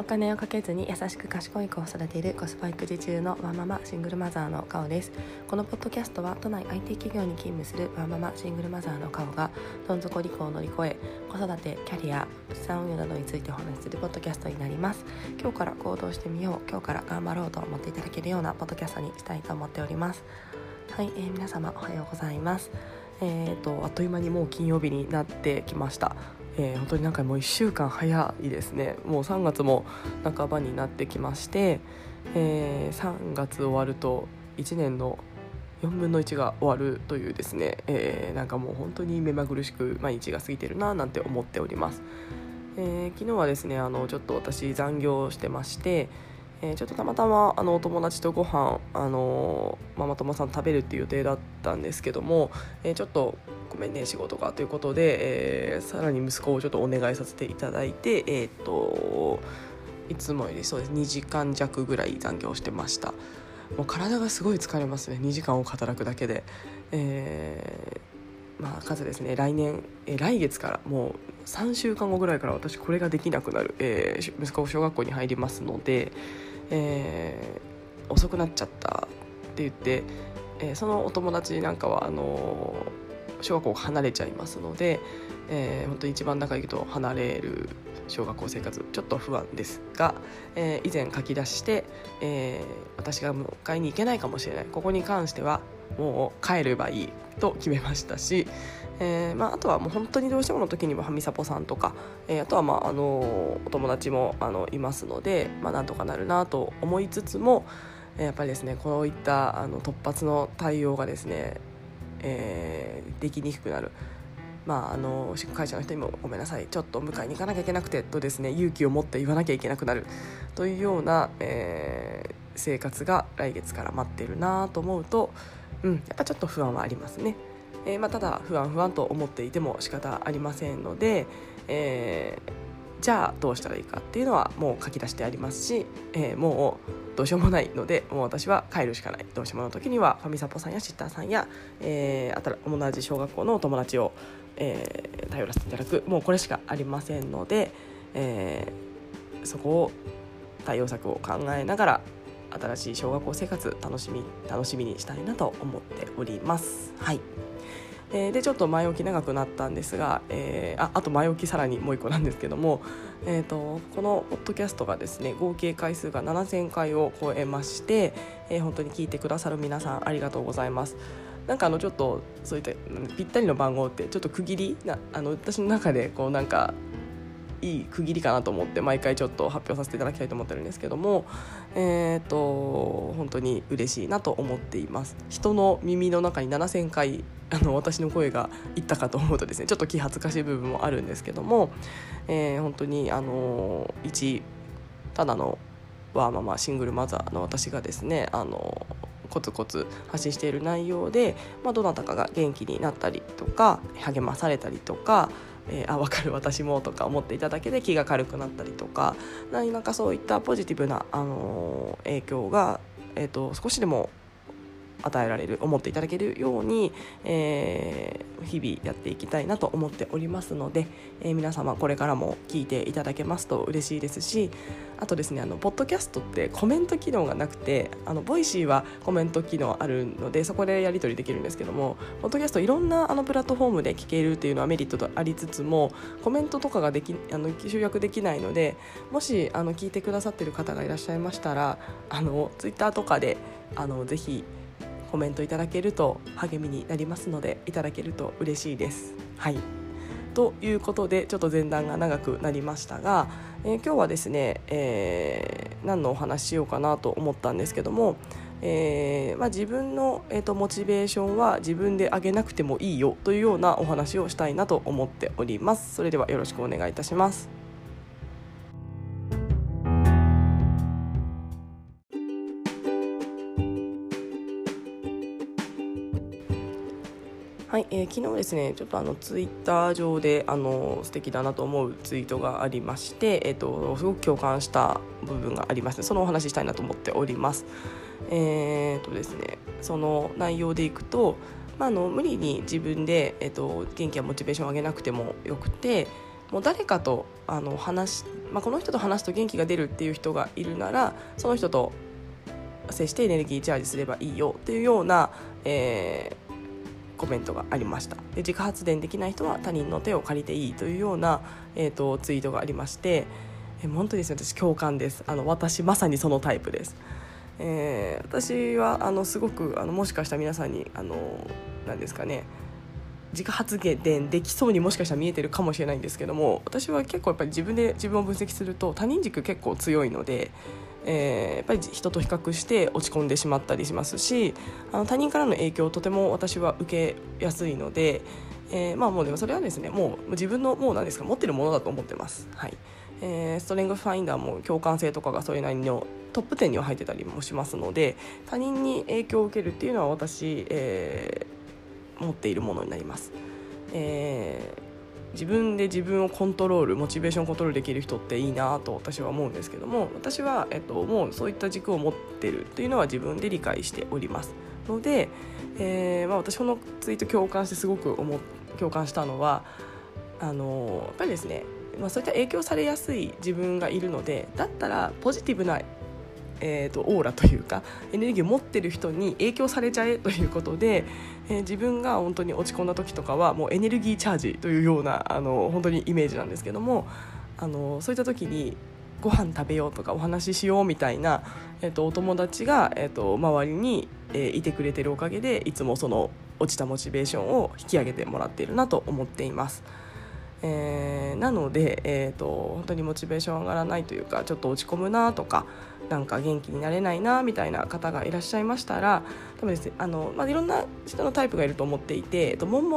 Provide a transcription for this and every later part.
金をかけずに優しく賢い子を育てるコスパ育児中のワンママシングルマザーのカオです。このポッドキャストは都内 IT 企業に勤務するワンママシングルマザーのカオがどん底離婚を乗り越え、子育て、キャリア、資産運用などについてお話しするポッドキャストになります。今日から行動してみよう、今日から頑張ろうと思っていただけるようなポッドキャストにしたいと思っております。はい、皆様おはようございます。あっという間にもう金曜日になってきました。本当にもう1週間早いですね。もう3月も半ばになってきまして、3月終わると1年の4分の1が終わるというですね、もう本当に目まぐるしく毎日が過ぎてるななんて思っております。昨日はですねちょっと私残業してまして、ちょっとたまたまお友達とご飯ママ友さん食べるっていう予定だったんですけども、ちょっとごめんね仕事がということで、さらに息子をちょっとお願いさせていただいて、いつもよりそうです2時間弱ぐらい残業してました。もう体がすごい疲れますね、2時間を働くだけで。数ですね来月からもう3週間後ぐらいから私これができなくなる、息子小学校に入りますので、遅くなっちゃったって言って、そのお友達なんかは小学校離れちゃいますので、本当に一番仲いいと離れる小学校生活ちょっと不安ですが、以前書き出して、私が迎えに行けないかもしれない、ここに関してはもう帰ればいいと決めましたし、あとはもう本当にどうしてもの時にはファミサポさんとか、あとはお友達もいますので、なんとかなるなと思いつつも、やっぱりですねこういった突発の対応がですね、できにくくなる。会社の人にもごめんなさいちょっと迎えに行かなきゃいけなくてとですね勇気を持って言わなきゃいけなくなるというような、生活が来月から待っているなと思うと、やっぱちょっと不安はありますね。ただ不安と思っていても仕方ありませんので、じゃあどうしたらいいかっていうのはもう書き出してありますし、もうどうしようもないのでもう私は帰るしかない。どうしようもの時にはファミサポさんやシッターさんや、同じ小学校のお友達を、頼らせていただく、もうこれしかありませんので、そこを対応策を考えながら新しい小学校生活楽しみにしたいなと思っております。はい。でちょっと前置き長くなったんですが、あと前置きさらにもう一個なんですけども、このポッドキャストがですね合計回数が7000回を超えまして、本当に聞いてくださる皆さんありがとうございます。ちょっとそういったぴったりの番号ってちょっと区切り私の中でいい区切りかなと思って毎回ちょっと発表させていただきたいと思ってるんですけども、本当に嬉しいなと思っています。人の耳の中に7000回私の声がいったかと思うとですねちょっと気恥ずかしい部分もあるんですけども、本当にただのワーママシングルマザーの私がですねコツコツ発信している内容で、どなたかが元気になったりとか励まされたりとか、分かる私もとか思っていただけで気が軽くなったりとかそういったポジティブな、影響が、少しでも与えられる思っていただけるように、日々やっていきたいなと思っておりますので、皆様これからも聞いていただけますと嬉しいですし、あとですねポッドキャストってコメント機能がなくてボイシーはコメント機能あるのでそこでやり取りできるんですけども、ポッドキャストいろんなプラットフォームで聞けるっていうのはメリットとありつつもコメントとかが集約できないので、もし聞いてくださってる方がいらっしゃいましたらツイッターとかでぜひコメントいただけると励みになりますのでいただけると嬉しいです。はい。ということでちょっと前段が長くなりましたが、今日はですね、何のお話しようかなと思ったんですけども、自分の、モチベーションは自分で上げなくてもいいよというようなお話をしたいなと思っております。それではよろしくお願いいたします。はい、昨日ですねちょっとツイッター上で素敵だなと思うツイートがありまして、すごく共感した部分がありまして、そのお話ししたいなと思っております。ですねその内容でいくと、無理に自分で、元気やモチベーションを上げなくてもよくて、 もう誰かとこの人と話すと元気が出るっていう人がいるならその人と接してエネルギーチャージすればいいよっていうような、コメントがありました。で自家発電できない人は他人の手を借りていいというような、ツイートがありまして、本当にですね、私共感です。私まさにそのタイプです。私はすごくもしかしたら皆さんに何ですかね、自家発電できそうにもしかしたら見えてるかもしれないんですけども、私は結構やっぱり自分で自分を分析すると他人軸結構強いので、やっぱり人と比較して落ち込んでしまったりしますし、他人からの影響をとても私は受けやすいので、もうでもそれはですね、もう自分のもう何ですか持ってるものだと思ってます。はい。ストレングスファインダーも共感性とかがそれなりのトップ10には入ってたりもしますので、他人に影響を受けるっていうのは私、持っているものになります。自分で自分をコントロール、モチベーションコントロールできる人っていいなと私は思うんですけども、私は、もうそういった軸を持ってるというのは自分で理解しておりますので、私このツイート共感してすごく共感したのはやっぱりですね、そういった影響されやすい自分がいるので、だったらポジティブなオーラというかエネルギーを持ってる人に影響されちゃえということで、自分が本当に落ち込んだ時とかはもうエネルギーチャージというような本当にイメージなんですけども、そういった時にご飯食べようとかお話ししようみたいな、お友達が、周りに、いてくれてるおかげでいつもその落ちたモチベーションを引き上げてもらっているなと思っています。なので、本当にモチベーション上がらないというかちょっと落ち込むなとかなんか元気になれないなみたいな方がいらっしゃいましたら、多分ですね、いろんな人のタイプがいると思っていて、悶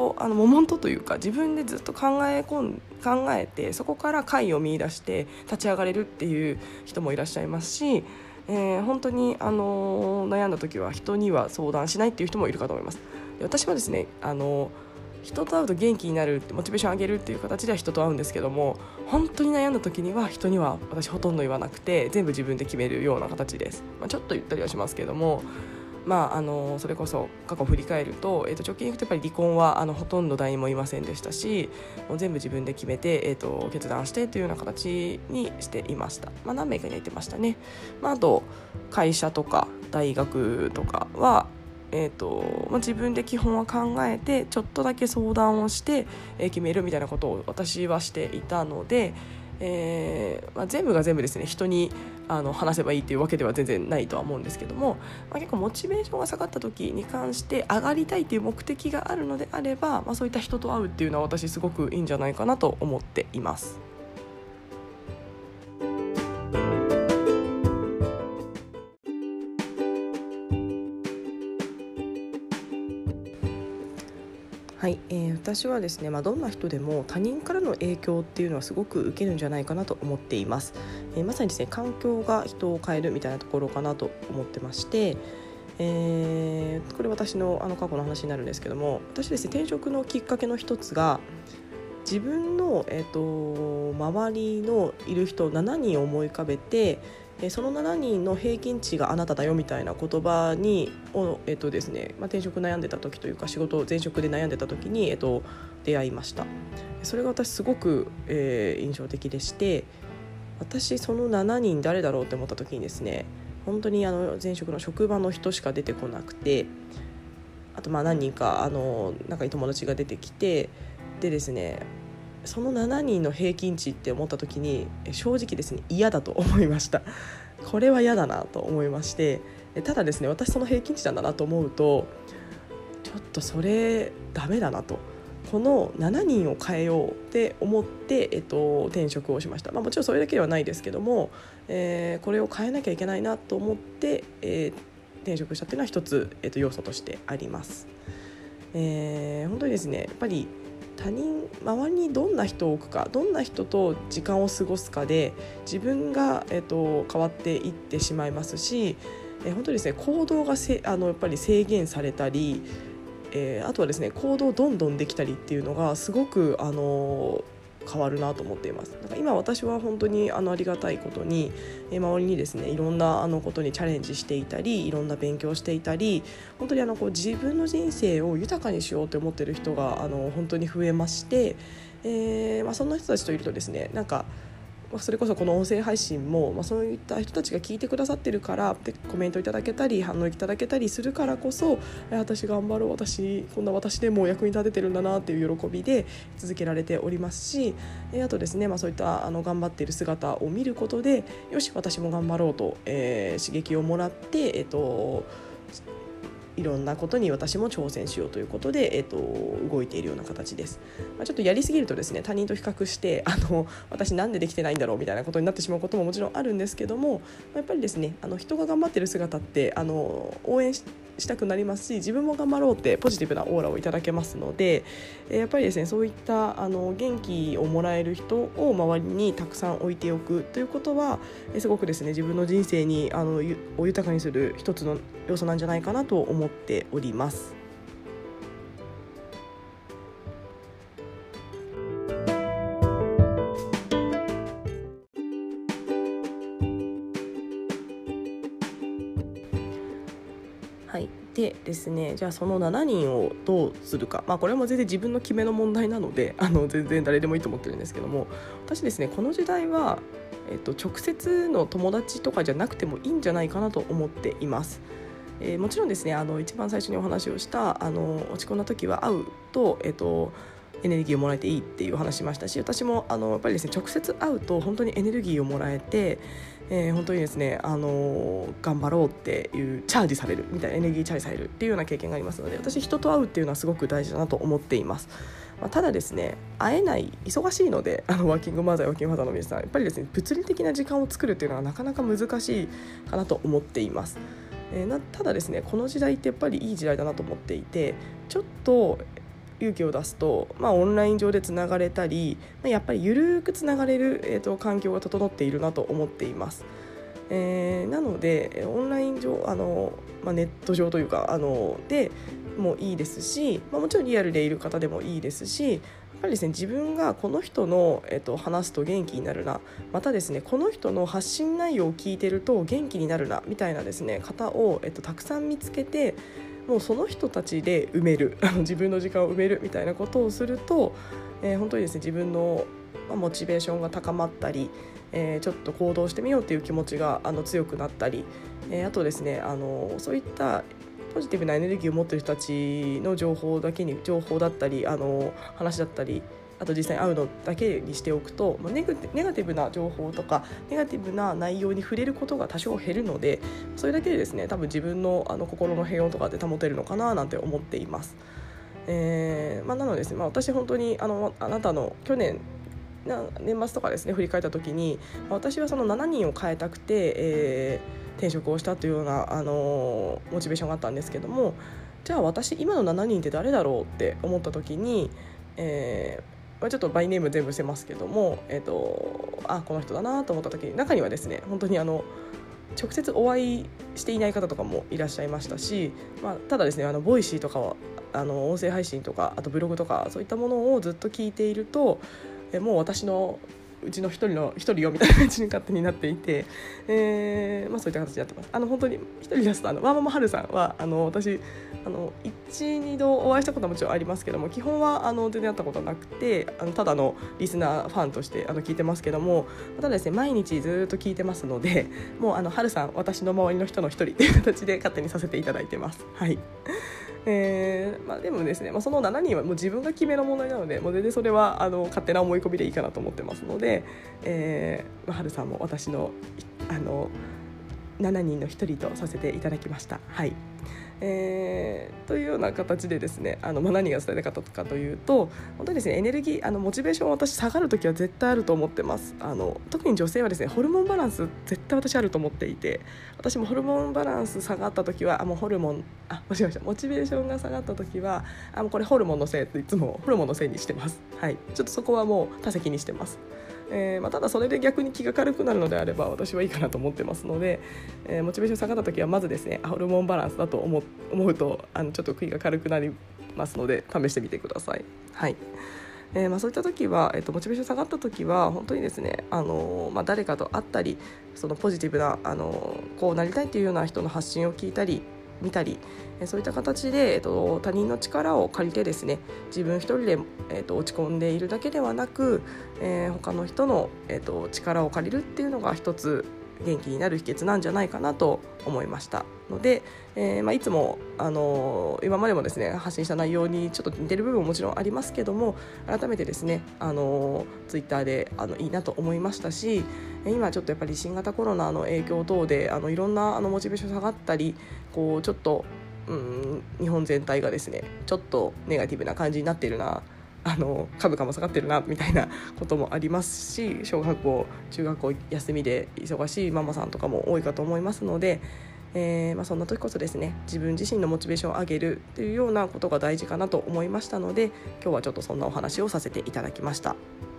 々とというか自分でずっと考えてそこから解を見出して立ち上がれるっていう人もいらっしゃいますし、本当に、悩んだ時は人には相談しないっていう人もいるかと思います。で私はですね人と会うと元気になるモチベーション上げるっていう形では人と会うんですけども、本当に悩んだ時には人には私ほとんど言わなくて全部自分で決めるような形です。ちょっと言ったりはしますけども、それこそ過去を振り返ると、直近行くとやっぱり離婚はほとんど誰にもいませんでしたし、もう全部自分で決めて、決断してというような形にしていました。何名かには言ってましたね。あと会社とか大学とかは自分で基本は考えてちょっとだけ相談をして、決めるみたいなことを私はしていたので、全部が全部ですね人に話せばいいっていうわけでは全然ないとは思うんですけども、結構モチベーションが下がった時に関して上がりたいっていう目的があるのであれば、そういった人と会うっていうのは私すごくいいんじゃないかなと思っています。はい、私はですね、どんな人でも他人からの影響っていうのはすごく受けるんじゃないかなと思っています。まさにですね、環境が人を変えるみたいなところかなと思ってまして、これ私の過去の話になるんですけども、私ですね、転職のきっかけの一つが自分の、周りのいる人7人を思い浮かべて、その7人の平均値があなただよみたいな言葉にですね、転職悩んでた時というか仕事前職で悩んでた時に、出会いました。それが私すごく、印象的でして、私その7人誰だろうって思った時にですね、本当に前職の職場の人しか出てこなくて、あと何人か仲いい友達が出てきて、でですね、その7人の平均値って思った時に正直ですね嫌だと思いました。これは嫌だなと思いまして、ただですね、私その平均値なんだなと思うとちょっとそれダメだなと、この7人を変えようって思って、転職をしました。もちろんそれだけではないですけども、これを変えなきゃいけないなと思って、転職したっていうのは一つ、要素としてあります。本当にですね、やっぱり周りにどんな人を置くか、どんな人と時間を過ごすかで自分が、変わっていってしまいますし、本当にですね、行動がやっぱり制限されたり、あとはですね、行動どんどんできたりっていうのがすごく変わるなと思っています。だから今私は本当にありがたいことに、周りにですねいろんなことにチャレンジしていたり、いろんな勉強していたり、本当にこう自分の人生を豊かにしようと思っている人が本当に増えまして、そんな人たちといるとですね、なんかそれこそこの音声配信も、そういった人たちが聞いてくださってるからでコメントいただけたり反応いただけたりするからこそ、私頑張ろう、こんな私でも役に立ててるんだなっていう喜びで続けられておりますし、あとですね、そういった頑張っている姿を見ることで、よし私も頑張ろうと、刺激をもらって、いろんなことに私も挑戦しようということで、動いているような形です。ちょっとやりすぎるとですね、他人と比較して私なんでできてないんだろうみたいなことになってしまうことももちろんあるんですけども、やっぱりですね人が頑張ってる姿って応援したくなりますし、自分も頑張ろうってポジティブなオーラをいただけますので、やっぱりですねそういった元気をもらえる人を周りにたくさん置いておくということは、すごくですね自分の人生にを豊かにする一つの要素なんじゃないかなと思っております。はい、でですね、じゃあその7人をどうするか、これも全然自分の決めの問題なので全然誰でもいいと思ってるんですけども、私ですねこの時代は、直接の友達とかじゃなくてもいいんじゃないかなと思っています。もちろんですね一番最初にお話をした落ち込んだ時は会うと、エネルギーをもらえていいっていう話しましたし、私もやっぱりですね直接会うと本当にエネルギーをもらえて、本当にですね頑張ろうっていうチャージされるみたいな、エネルギーチャージされるっていうような経験がありますので、私人と会うっていうのはすごく大事だなと思っています。ただですね会えない忙しいのでワーキングマザーワーキングファザーの皆さんやっぱりですね物理的な時間を作るっていうのはなかなか難しいかなと思っています。ただですねこの時代ってやっぱりいい時代だなと思っていて、ちょっと勇気を出すと、オンライン上でつながれたり、やっぱりゆるくつながれる、環境が整っているなと思っています。なのでオンライン上ネット上というかでもいいですし、もちろんリアルでいる方でもいいですし、やっぱりですね自分がこの人の、話すと元気になるな、またですねこの人の発信内容を聞いてると元気になるなみたいなですね方を、たくさん見つけて、もうその人たちで埋める自分の時間を埋めるみたいなことをすると、本当にですね自分のモチベーションが高まったり、ちょっと行動してみようという気持ちが強くなったり、あとですねそういったポジティブなエネルギーを持っている人たちの情報だったり話だったり、あと実際に会うのだけにしておくと、ネガティブな情報とかネガティブな内容に触れることが多少減るので、それだけでですね多分自分の心の平穏とかで保てるのかななんて思っています。なのでですね、私本当にあなたの去年年末とかですね振り返った時に、私はその7人を変えたくて、転職をしたというようなモチベーションがあったんですけども、じゃあ私今の7人って誰だろうって思った時に、ちょっとバイネーム全部伏せますけども、この人だなと思った時に、中にはですね本当に直接お会いしていない方とかもいらっしゃいましたし、ただですねボイシーとかは音声配信とかあとブログとかそういったものをずっと聞いていると、もう私のうちの一人よみたいな感じに勝手になっていて、そういった形でやってます。本当に一人ですとワーママハルさんは私1,2 度お会いしたことはもちろんありますけども、基本は全然会ったことなくてただのリスナーファンとして聞いてますけども、ただですね毎日ずっと聞いてますので、もうハルさん私の周りの人の一人という形で勝手にさせていただいてます。はい。でもですね、その7人はもう自分が決めの問題なので、もう全然それは勝手な思い込みでいいかなと思ってますので、春さんも私の7人の一人とさせていただきました。はい。というような形でですね何が伝えたかったかというと、本当にですねエネルギーモチベーション私下がるときは絶対あると思ってます。特に女性はですねホルモンバランス絶対私あると思っていて、私もホルモンバランス下がったときはもうモチベーションが下がったときはもうこれホルモンのせいっていつもホルモンのせいにしてます。はい。ちょっとそこはもう多席にしてます。ただそれで逆に気が軽くなるのであれば私はいいかなと思ってますので、モチベーション下がった時はまずですねホルモンバランスだと思うとちょっと気が軽くなりますので試してみてください。はい。 そういった時は、モチベーション下がった時は本当にですね、誰かと会ったり、そのポジティブなこうなりたいというような人の発信を聞いたり見たり、そういった形で、他人の力を借りてですね、自分一人で、落ち込んでいるだけではなく、他の人の、力を借りるっていうのが一つ元気になる秘訣なんじゃないかなと思いましたので、いつも今までもですね発信した内容にちょっと似てる部分ももちろんありますけども、改めてですねツイッターでいいなと思いましたし、今ちょっとやっぱり新型コロナの影響等でいろんなモチベーション下がったり、こうちょっと日本全体がですねちょっとネガティブな感じになっているな、株価も下がってるなみたいなこともありますし、小学校中学校休みで忙しいママさんとかも多いかと思いますので、そんな時こそですね自分自身のモチベーションを上げるというようなことが大事かなと思いましたので、今日はちょっとそんなお話をさせていただきました。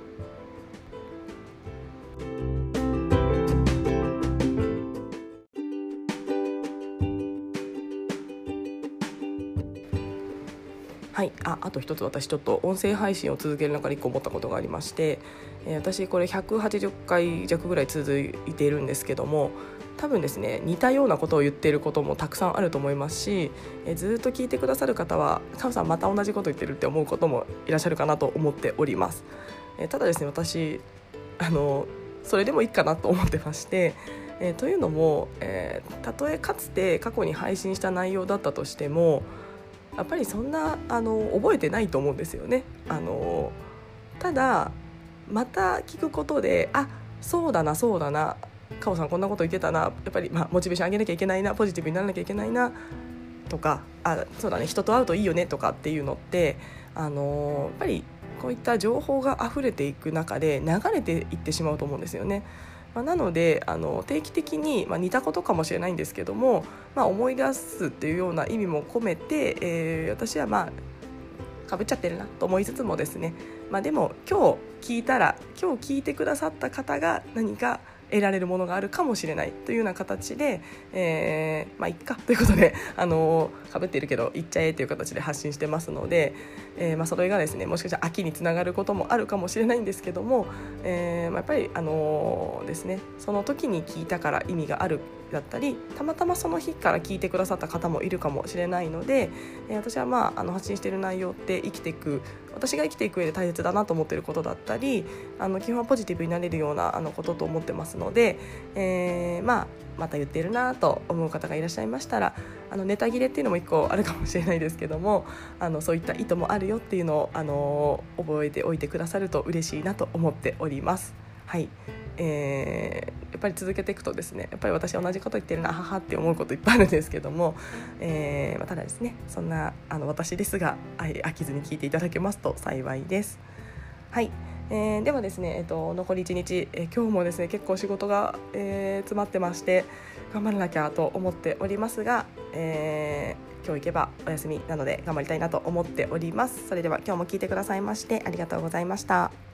はい、あと一つ、私ちょっと音声配信を続ける中で1個思ったことがありまして、私これ180回弱ぐらい続いているんですけども、多分ですね似たようなことを言っていることもたくさんあると思いますし、ずっと聞いてくださる方はカムさんまた同じこと言ってるって思うこともいらっしゃるかなと思っております。ただですね、私それでもいいかなと思ってまして、というのも、たとえかつて過去に配信した内容だったとしても、やっぱりそんな覚えてないと思うんですよね。ただまた聞くことで、そうだなカオさんこんなこと言ってたな、やっぱり、モチベーション上げなきゃいけないな、ポジティブにならなきゃいけないなとか、そうだね、人と会うといいよねとかっていうのって、やっぱりこういった情報が溢れていく中で流れていってしまうと思うんですよね。なので定期的に、似たことかもしれないんですけども、思い出すっていうような意味も込めて、私はかぶっちゃってるなと思いつつもですね、でも今日聞いてくださった方が何か得られるものがあるかもしれないというような形で、いっかということでかぶっているけど言っちゃえという形で発信してますので、それがですねもしかしたら秋につながることもあるかもしれないんですけども、やっぱりですね、その時に聞いたから意味があるだったり、たまたまその日から聞いてくださった方もいるかもしれないので、私は発信している内容って私が生きていく上で大切だなと思っていることだったり、基本はポジティブになれるようなことと思ってますので、また言っているなと思う方がいらっしゃいましたら、ネタ切れっていうのも一個あるかもしれないですけども、そういった意図もあるよっていうのを覚えておいてくださると嬉しいなと思っております。はい、やっぱり続けていくとですね、やっぱり私同じこと言ってるなははって思うこといっぱいあるんですけども、ただですね、そんな私ですが飽きずに聞いていただけますと幸いです。はい、ではですね、残り1日、今日もですね結構仕事が、詰まってまして頑張らなきゃと思っておりますが、今日行けばお休みなので頑張りたいなと思っております。それでは今日も聞いてくださいましてありがとうございました。